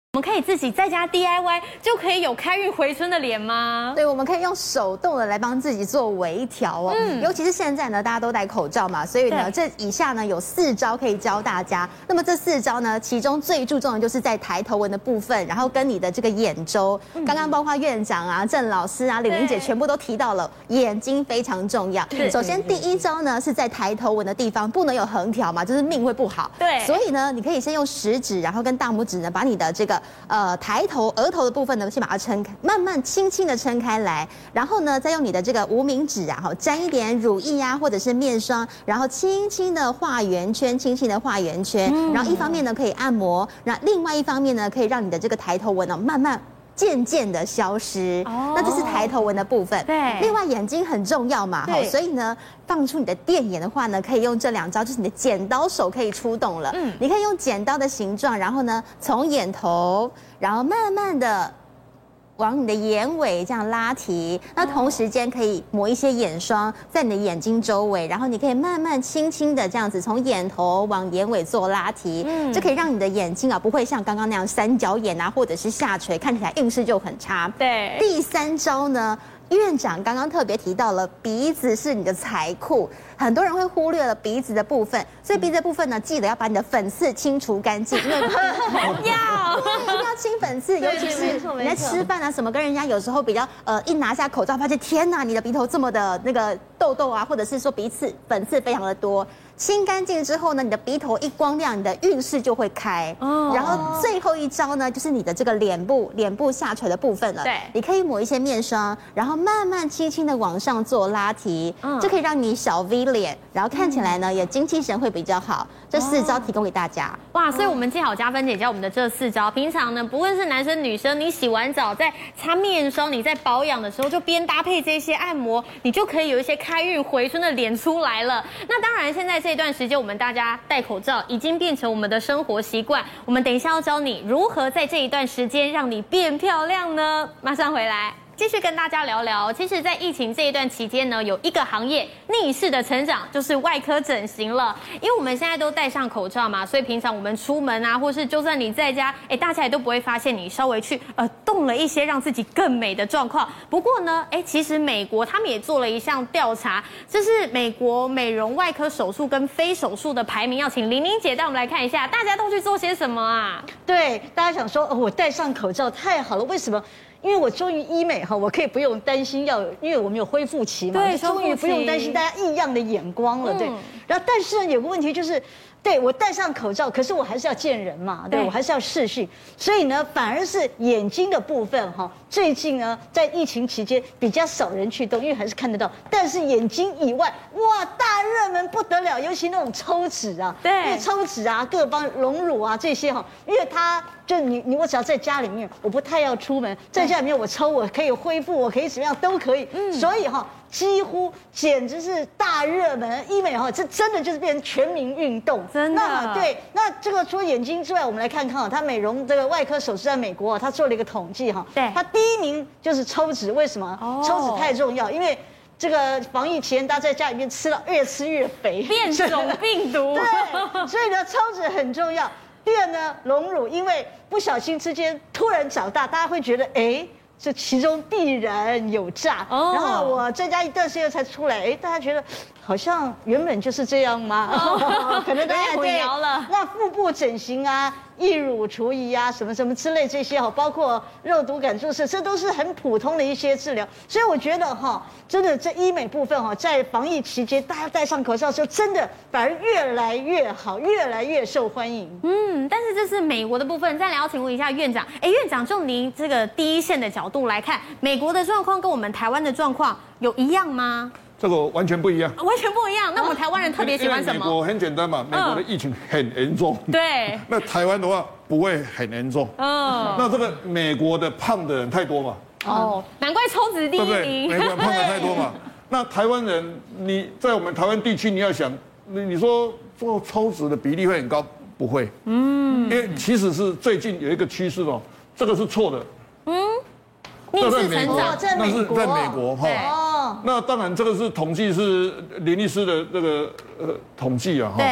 我们可以自己在家 DIY 就可以有开运回春的脸吗？ 对，我们可以用手动的来帮自己做微调哦。尤其是现在呢，大家都戴口罩嘛，所以呢，这以下呢有4招可以教大家。那么这4招呢，其中最注重的就是在抬头纹的部分，然后跟你的这个眼周。刚刚包括院长啊、郑老师啊、李玲姐全部都提到了，眼睛非常重要。首先第1招呢是在抬头纹的地方不能有横条嘛，就是命会不好。 对， 所以呢，你可以先用食指，然后跟大拇指呢，把你的这个抬头额头的部分呢，先把它撑开，慢慢轻轻的撑开来，然后呢，再用你的这个无名指啊，沾一点乳液啊，或者是面霜，然后轻轻的画圆圈，轻轻的画圆圈，然后一方面呢可以按摩，那另外一方面呢可以让你的这个抬头纹呢慢慢渐渐的消失。那这是抬头纹的部分。 对， 另外眼睛很重要嘛，所以呢，放出你的电眼的话呢，可以用这2招，就是你的剪刀手可以出动了。你可以用剪刀的形状，然后呢，从眼头，然后慢慢的往你的眼尾这样拉提，那同时间可以抹一些眼霜在你的眼睛周围，然后你可以慢慢轻轻的这样子从眼头往眼尾做拉提，这可以让你的眼睛啊不会像刚刚那样三角眼啊或者是下垂，看起来运势就很差。 对， 第3招呢，院长刚刚特别提到了鼻子是你的财库，很多人会忽略了鼻子的部分，所以鼻子的部分呢，记得要把你的粉刺清除干净，因为要清粉刺，尤其是你在吃饭啊什么，跟人家有时候比较一拿下口罩，发现天哪，你的鼻头这么的那个痘痘啊，或者是说粉刺非常的多。清干净之后呢，你的鼻头一光亮，你的运势就会开。然后最后1招呢，就是你的这个脸部下垂的部分了。 对， 你可以抹一些面霜，然后慢慢轻轻的往上做拉提，这可以让你小 V 脸，然后看起来呢也精气神会比较好。这4招提供给大家。 哇，所以我们记好嘉芬姐教我们的这4招，平常呢不论是男生女生，你洗完澡在擦面霜，你在保养的时候就边搭配这些按摩，你就可以有一些开运回春的脸出来了。那当然，现在这段时间我们大家戴口罩已经变成我们的生活习惯，我们等一下要教你如何在这一段时间让你变漂亮呢？马上回来。继续跟大家聊聊，其实，在疫情这一段期间呢，有一个行业逆势的成长，就是外科整形了。因为我们现在都戴上口罩嘛，所以平常我们出门啊，或是就算你在家，大家也都不会发现你稍微去动了一些让自己更美的状况。不过呢，其实美国他们也做了一项调查，这是美国美容外科手术跟非手术的排名，要请玲玲姐带我们来看一下，大家都去做些什么啊？ 对，大家想说，我戴上口罩太好了，为什么？因为我终于医美哈，我可以不用担心因为我们有恢复期嘛， 对， 终于不用担心大家异样的眼光了，对。然后，但是呢，有个问题就是，对我戴上口罩，可是我还是要见人嘛，对我还是要视讯，所以呢，反而是眼睛的部分哈，最近呢，在疫情期间比较少人去动，因为还是看得到，但是眼睛以外，哇，大热门不得了，尤其那种抽脂啊， 对， 因为抽脂啊，各方隆乳啊这些哈，因为它。就我只要在家里面，我不太要出门，在家里面我抽，我可以恢复，我可以怎么样都可以。所以哈，几乎简直是大热门医美哈，这真的就是变成全民运动。 真的。 对，那这个除了眼睛之外，我们来看看它美容这个外科手术在美国它做了一个统计哈， 对， 它第1名就是抽脂，为什么？抽脂太重要，因为。这个防疫期间，大家在家里面越吃越肥， 变种病毒。 对，所以呢，抽脂很重要。第2呢，隆乳，因为不小心之间突然长大，大家会觉得这其中必然有诈。然后我在家一段时间才出来，大家觉得好像原本就是这样吗？可能大家混淆了。 那腹部整形啊。义乳除疑啊，什么什么之类这些哈，包括肉毒杆注射，这都是很普通的一些治疗。所以我觉得哈，真的这医美部分哈，在防疫期间，大家戴上口罩的时候，真的反而越来越好，越来越受欢迎。 但是这是美国的部分。再来要请问一下院长，院长就您这个第一线的角度来看，美国的状况跟我们台湾的状况有一样吗？ 这个完全不一样， 完全不一样。那我们台湾人特别喜欢什么？ 美国很简单嘛，美国的疫情很严重。 对。 那台湾的话不会很严重。那这个美国的胖的人太多嘛。 难怪抽脂第1名。对不对？ 美国人胖的太多嘛。那台湾人，你在我们台湾地区，你要想，你说做抽脂的比例会很高，不会。因为其实是最近有一个趋势哦，这个是错的。 逆势成长， 那是在美国哈。那当然，这个是统计，是林医师的这个统计啊哈。 对。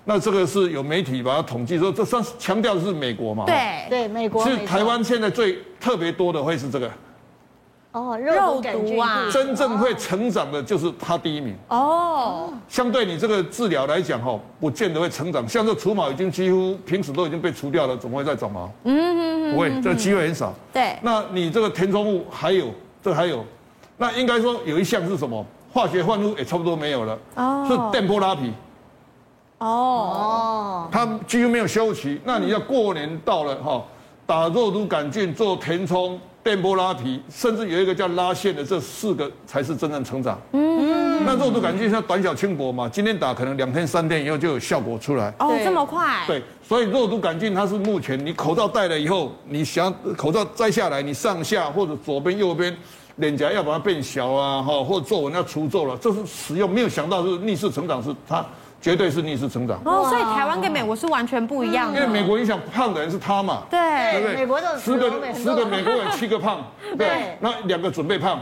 那这个是有媒体把它统计说，这算是强调的是美国嘛？ 对，美国是台湾现在最特别多的会是这个。 肉毒啊， 真正会成长的就是它第一名。相对你这个治疗来讲不见得会成长。像这除毛已经几乎平时都已经被除掉了，怎么会再长毛？不会，这个机会很少。 对， 那你这个填充物还有，那应该说有一项是什么？化学换物也差不多没有了。是电波拉皮。它几乎没有休息。那你要过年到了打肉毒杆菌做填充。电波拉皮，甚至有一个叫拉线的，这4个才是真正成长。那肉毒杆菌像短小轻薄嘛，今天打可能2天3天以后就有效果出来。 这么快？ 对，所以肉毒杆菌它是目前你口罩戴了以后，你想口罩摘下来，你上下或者左边右边脸颊要把它变小啊，或者皱纹要除皱了，这是使用没有想到是逆势成长，是它。绝对是逆势成长所以台湾跟美国是完全不一样的。 因为美国影响胖的人是他嘛， 对不对？ 美国的 10个美国人7个胖，对，那2个准备胖。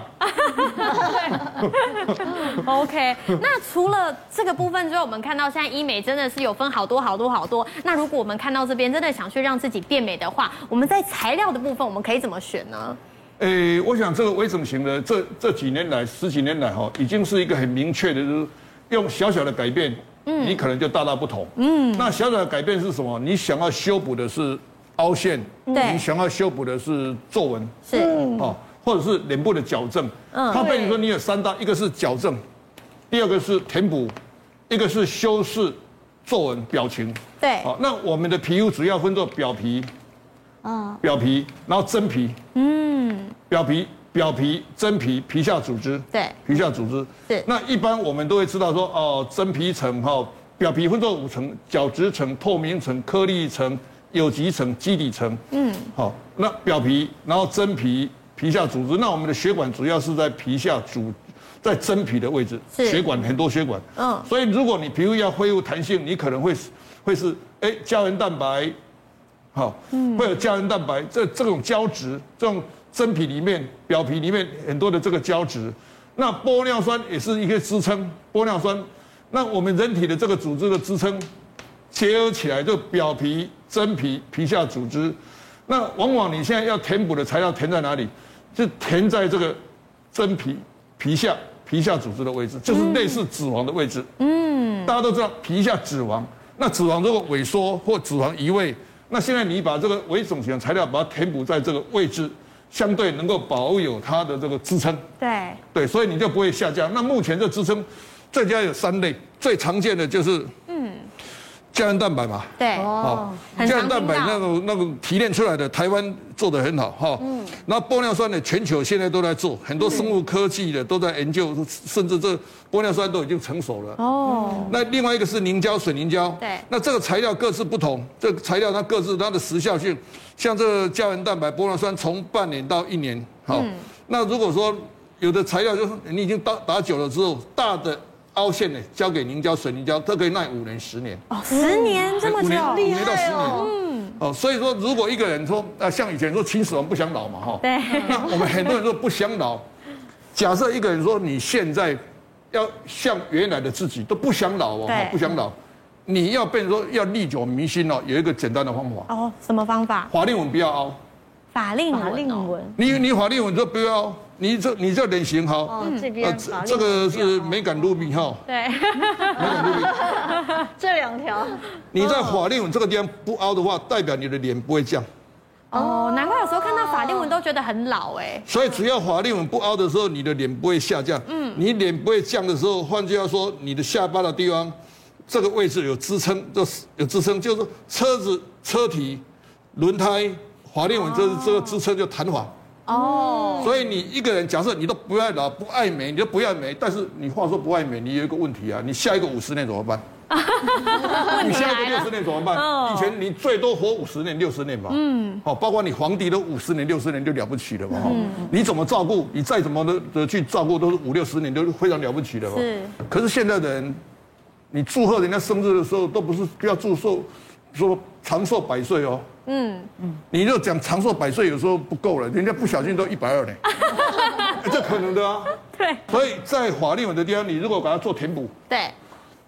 OK， 那除了这个部分之后，我们看到现在医美真的是有分好多。那如果我们看到这边真的想去让自己变美的话，我们在材料的部分我们可以怎么选呢？ 我想这个微整形的这几年来10几年来已经是一个很明确的，就是用小小的改变。你可能就大大不同。那小小的改变是什么？你想要修补的是凹陷，你想要修补的是皱纹，或者是脸部的矫正。它被你说你有3大，一个是矫正，第2个是填补，一个是修饰皱纹表情。 对。 那我们的皮肤主要分作表皮，然后真皮。表皮、真皮、皮下组织， 对， 皮下组织是。 那一般我们都会知道说，真皮层表皮分作5层：角质层、透明层、颗粒层、有极层、基底层。那表皮，然后真皮、皮下组织。那我们的血管主要是在皮下在真皮的位置，血管很多血管。所以如果你皮肤要恢复弹性，你可能会是胶原蛋白，会有胶原蛋白这种胶质这种。真皮里面、表皮里面很多的这个胶质，那玻尿酸也是一个支撑。玻尿酸，那我们人体的这个组织的支撑结合起来，就表皮、真皮、皮下组织。那往往你现在要填补的材料填在哪里？就填在这个真皮、皮下组织的位置，就是类似脂肪的位置。大家都知道皮下脂肪，那脂肪如果萎缩或脂肪移位，那现在你把这个微整形的材料把它填补在这个位置。相对能够保有它的这个支撑，对，所以你就不会下降。那目前这支撑，最佳有3类，最常见的就是胶原蛋白嘛， 对， 胶原蛋白那种提炼出来的，台湾做得很好然后玻尿酸呢，全球现在都在做，很多生物科技的都在研究，甚至这玻尿酸都已经成熟了。那另外一个是凝胶、水凝胶， 对， 那这个材料各自不同，这个材料它各自它的时效性。像这个胶原蛋白、玻尿酸，从半年到1年，那如果说有的材料就是你已经打久了之后，大的凹陷呢，交给凝胶、水凝胶，它可以耐5年、10年。 10年这么久， 5年到10年。所以说如果一个人说像以前说秦始皇不想老嘛， 对， 那我们很多人说不想老。假设一个人说你现在要像原来的自己都不想老不想老。你要变成说要历久弥新有一个简单的方法。 什么方法？ 法令纹不要凹。 法令纹。 你法令纹就不要凹，你这脸型好。这个是美感露比对。 美感露比。 这2条。 你在法令纹这个地方不凹的话，代表你的脸不会降。 难怪有时候看到法令纹都觉得很老所以只要法令纹不凹的时候，你的脸不会下降。你脸不会降的时候，换句话说，你的下巴的地方。这个位置有支撑，就是车子车体、轮胎、法令纹这个支撑就弹簧。所以你一个人假设你都不爱老、不爱美，你就不要美。但是你话说不爱美，你有一个问题你下一个50年怎么办？你下一个60年怎么办？以前你最多活50年、60年嘛。包括你皇帝都50年、60年就了不起了嘛。你怎么照顾？你再怎么的去照顾，都是50、60年都是非常了不起的嘛。可是现在的人。你祝贺人家生日的时候，都不是要祝寿，说长寿100岁你就讲长寿100岁，有时候不够了，人家不小心都120呢，这可能的对。 所以在法令纹的地方，你如果把它做填补， 对，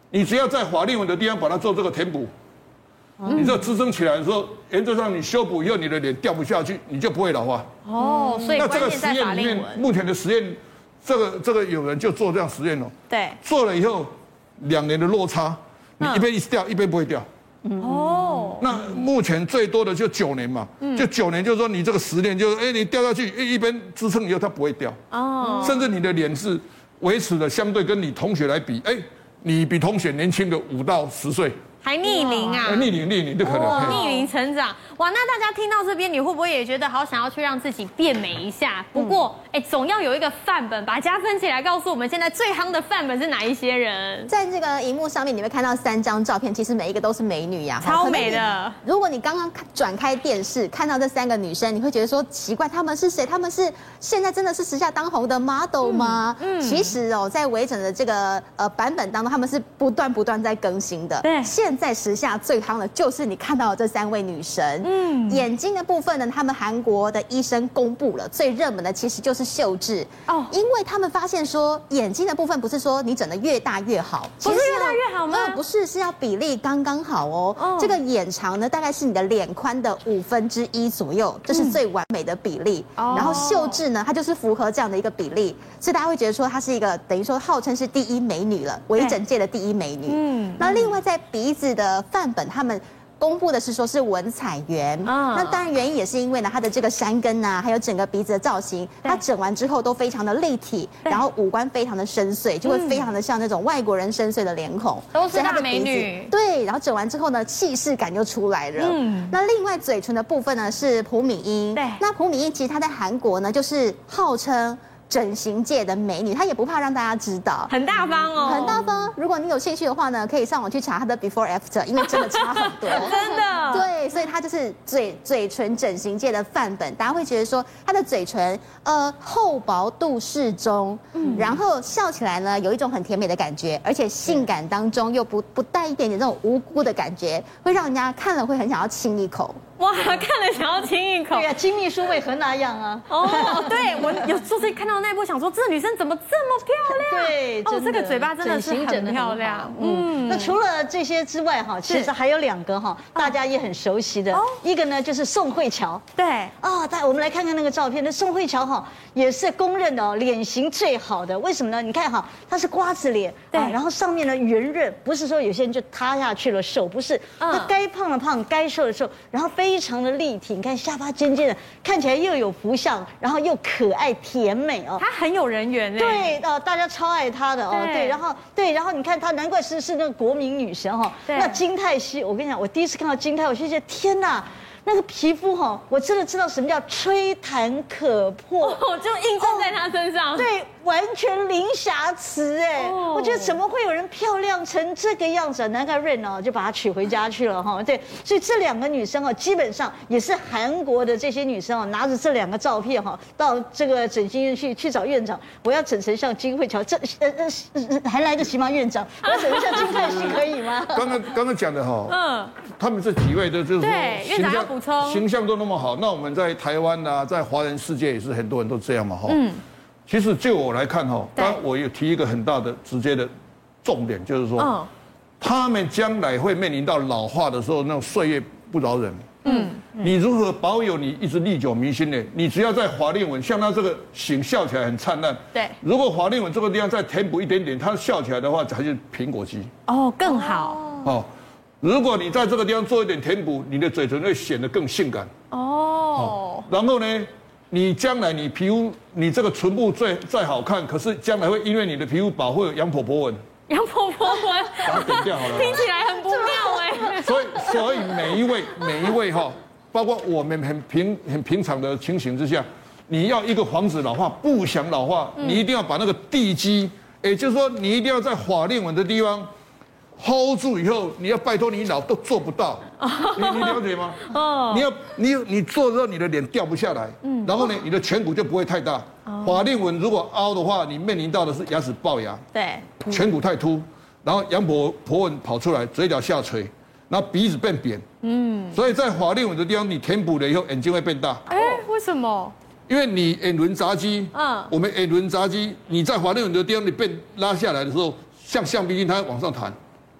你只要在法令纹的地方把它做这个填补，你这支撑起来的时候，原则上你修补以后，你的脸掉不下去，你就不会老化。 哦，所以那这个实关键在法验里面， 令纹。 目前的实验，这个有人就做这样实验哦， 对， 做了以后2年的落差，你一边一直掉，一边不会掉。 哦， 那目前最多的就9年嘛，就9年，就是说你这个10年，就是你掉下去一边支撑以后它不会掉，甚至你的脸是维持的相对跟你同学来比，你比同学年轻个5到10岁。 还逆龄啊！ 逆龄就可能。 逆龄成长，哇！那大家听到这边，你会不会也觉得好想要去让自己变美一下？不过，总要有一个范本，把加分起来，告诉我们现在最夯的范本是哪一些人？ 在这个荧幕上面，你会看到3张照片，其实每一个都是美女呀， 超美的。 如果你刚刚转开电视看到这3个女生，你会觉得说奇怪，她们是谁？她们是现在真的是时下当红的 model 吗？其实在微整的这个版本当中，她们是不断在更新的。 对， 现在时下最夯的就是你看到的这3位女神。眼睛的部分呢，他们韩国的医生公布了最热门的，其实就是秀智哦，因为他们发现说眼睛的部分不是说你整得越大越好， 不是越大越好吗？ 不是，是要比例刚刚好哦。这个眼长呢，大概是你的脸宽的1/5左右，这是最完美的比例。然后秀智呢，它就是符合这样的一个比例，所以大家会觉得说她是一个等于说号称是第1美女了，微整界的第1美女。那另外在鼻子的范本，他们公布的是说是文彩媛，那当然原因也是因为呢，它的这个山根啊，还有整个鼻子的造型，它整完之后都非常的立体，然后五官非常的深邃，就会非常的像那种外国人深邃的脸孔， 都是大美女。 对，然后整完之后呢，气势感就出来了。那另外嘴唇的部分呢是朴敏英，对，那朴敏英其实她在韩国呢就是号称整形界的美女，她也不怕让大家知道， 很大方哦， 很大方。如果你有兴趣的话呢，可以上网去查她的 before after， 因为真的差很多， 真的。 对，所以她就是嘴唇整形界的范本。大家会觉得说她的嘴唇厚薄度适中，然后笑起来呢有一种很甜美的感觉，而且性感当中又不带一点点那种无辜的感觉，会让人家看了会很想要亲一口。 哇，看了想要亲一口。 对啊，金秘书为何那样啊？ 对，我有就是看到那部想说，这女生怎么这么漂亮？ 对， 这个嘴巴真的是很漂亮。 那除了这些之外哈，其实还有2个哈，大家也很熟悉的，一个呢就是宋慧乔。 对我们来看看那个照片，那宋慧乔哈也是公认的哦，脸型最好的。为什么呢？你看哈，她是瓜子脸，对，然后上面呢圆润，不是说有些人就塌下去了瘦，不是，她该胖的胖，该瘦的瘦，然后非常的立体，你看下巴尖尖的，看起来又有福相，然后又可爱甜美哦。 她很有人缘哎。 对大家超爱她的哦。对，然后你看她，难怪是那个国民女神哈。那金泰熙，我跟你讲，我第一次看到金泰，我就觉得天哪！那个皮肤哈，我真的知道什么叫吹弹可破， 就印证在她身上。 对，完全零瑕疵哎！我觉得怎么会有人漂亮成这个样子？难怪 Rain 就把她娶回家去了哈。对，所以这2个女生基本上也是韩国的这些女生拿着这2个照片到这个整形院去找院长，我要整成像金慧乔，这还来得及吗？院长，我要整成像金泰熙可以吗？ 刚刚讲的他们这几位的就是说院长要补充， 形象都那么好，那我们在台湾啊，在华人世界也是很多人都这样嘛其实就我来看刚刚我有提一个很大的直接的重点，就是说他们将来会面临到老化的时候，那种岁月不饶人。你如何保有你一直历久弥新呢？你只要在法令纹，像他这个型笑起来很灿烂。 对， 如果法令纹这个地方再填补一点点，它笑起来的话，才是苹果肌。 更好。 如果你在这个地方做一点填补，你的嘴唇会显得更性感。然后呢，你将来你皮肤你这个唇部再好看，可是将来会因为你的皮肤薄会有羊婆婆纹。 羊婆婆纹， 把它点掉好了。 听起来很不妙哎。 所以每一位包括我们很平常的情形之下，你要一个防止老化，不想老化，你一定要把那个地基，也就是说你一定要在法令纹的地方 hold 住以后，你要拜托你老都做不到，你了解吗？你做之后你的脸掉不下来，然后呢，你的颧骨就不会太大。法令纹如果凹的话，你面临到的是牙齿龅牙， 对， 颧骨太凸，然后羊婆纹跑出来，嘴角下垂，然后鼻子变扁，所以在法令纹的地方你填补了以后，眼睛会变大。 为什么？ 因为你眼轮匝肌，我们眼轮匝肌，你在法令纹的地方你被拉下来的时候，像橡皮筋它往上弹。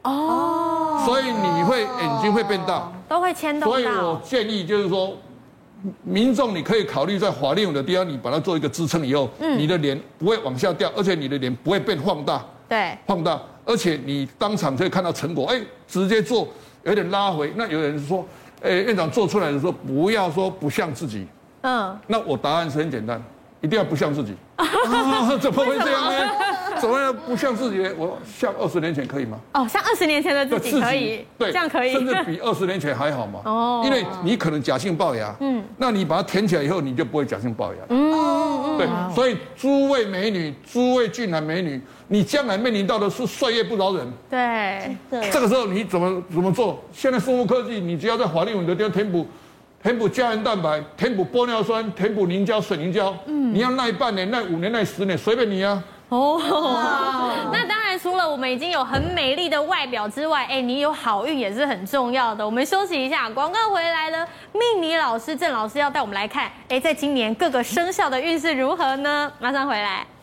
哦， 所以你会眼睛会变大， 都会牵动到。 所以我建议就是说，民众你可以考虑在法令纹的地方，你把它做一个支撑以后，你的脸不会往下掉，而且你的脸不会变放大， 对， 放大，而且你当场可以看到成果，直接做有点拉回。那有人说，院长做出来的时候不要说不像自己，那我答案是很简单，一定要不像自己。怎么会这样呢？怎么样不像自己呢？我像20年前可以吗？ 哦，像20年前的自己可以， 对， 这样可以， 甚至比20年前还好嘛。哦，因为你可能假性龅牙，那你把它填起来以后，你就不会假性龅牙。对，所以诸位美女，诸位俊男美女，你将来面临到的是岁月不饶人。 对， 这个时候你怎么做？现在生物科技，你只要在法令纹的地方填补胶原蛋白，填补玻尿酸，填补凝胶、水凝胶，你要耐半年、耐5年、耐10年，随便你啊。 那当然，除了我们已经有很美丽的外表之外，你有好运也是很重要的。我们休息一下，广告回来了，命理老师郑老师要带我们来看，在今年各个生肖的运势如何呢？马上回来。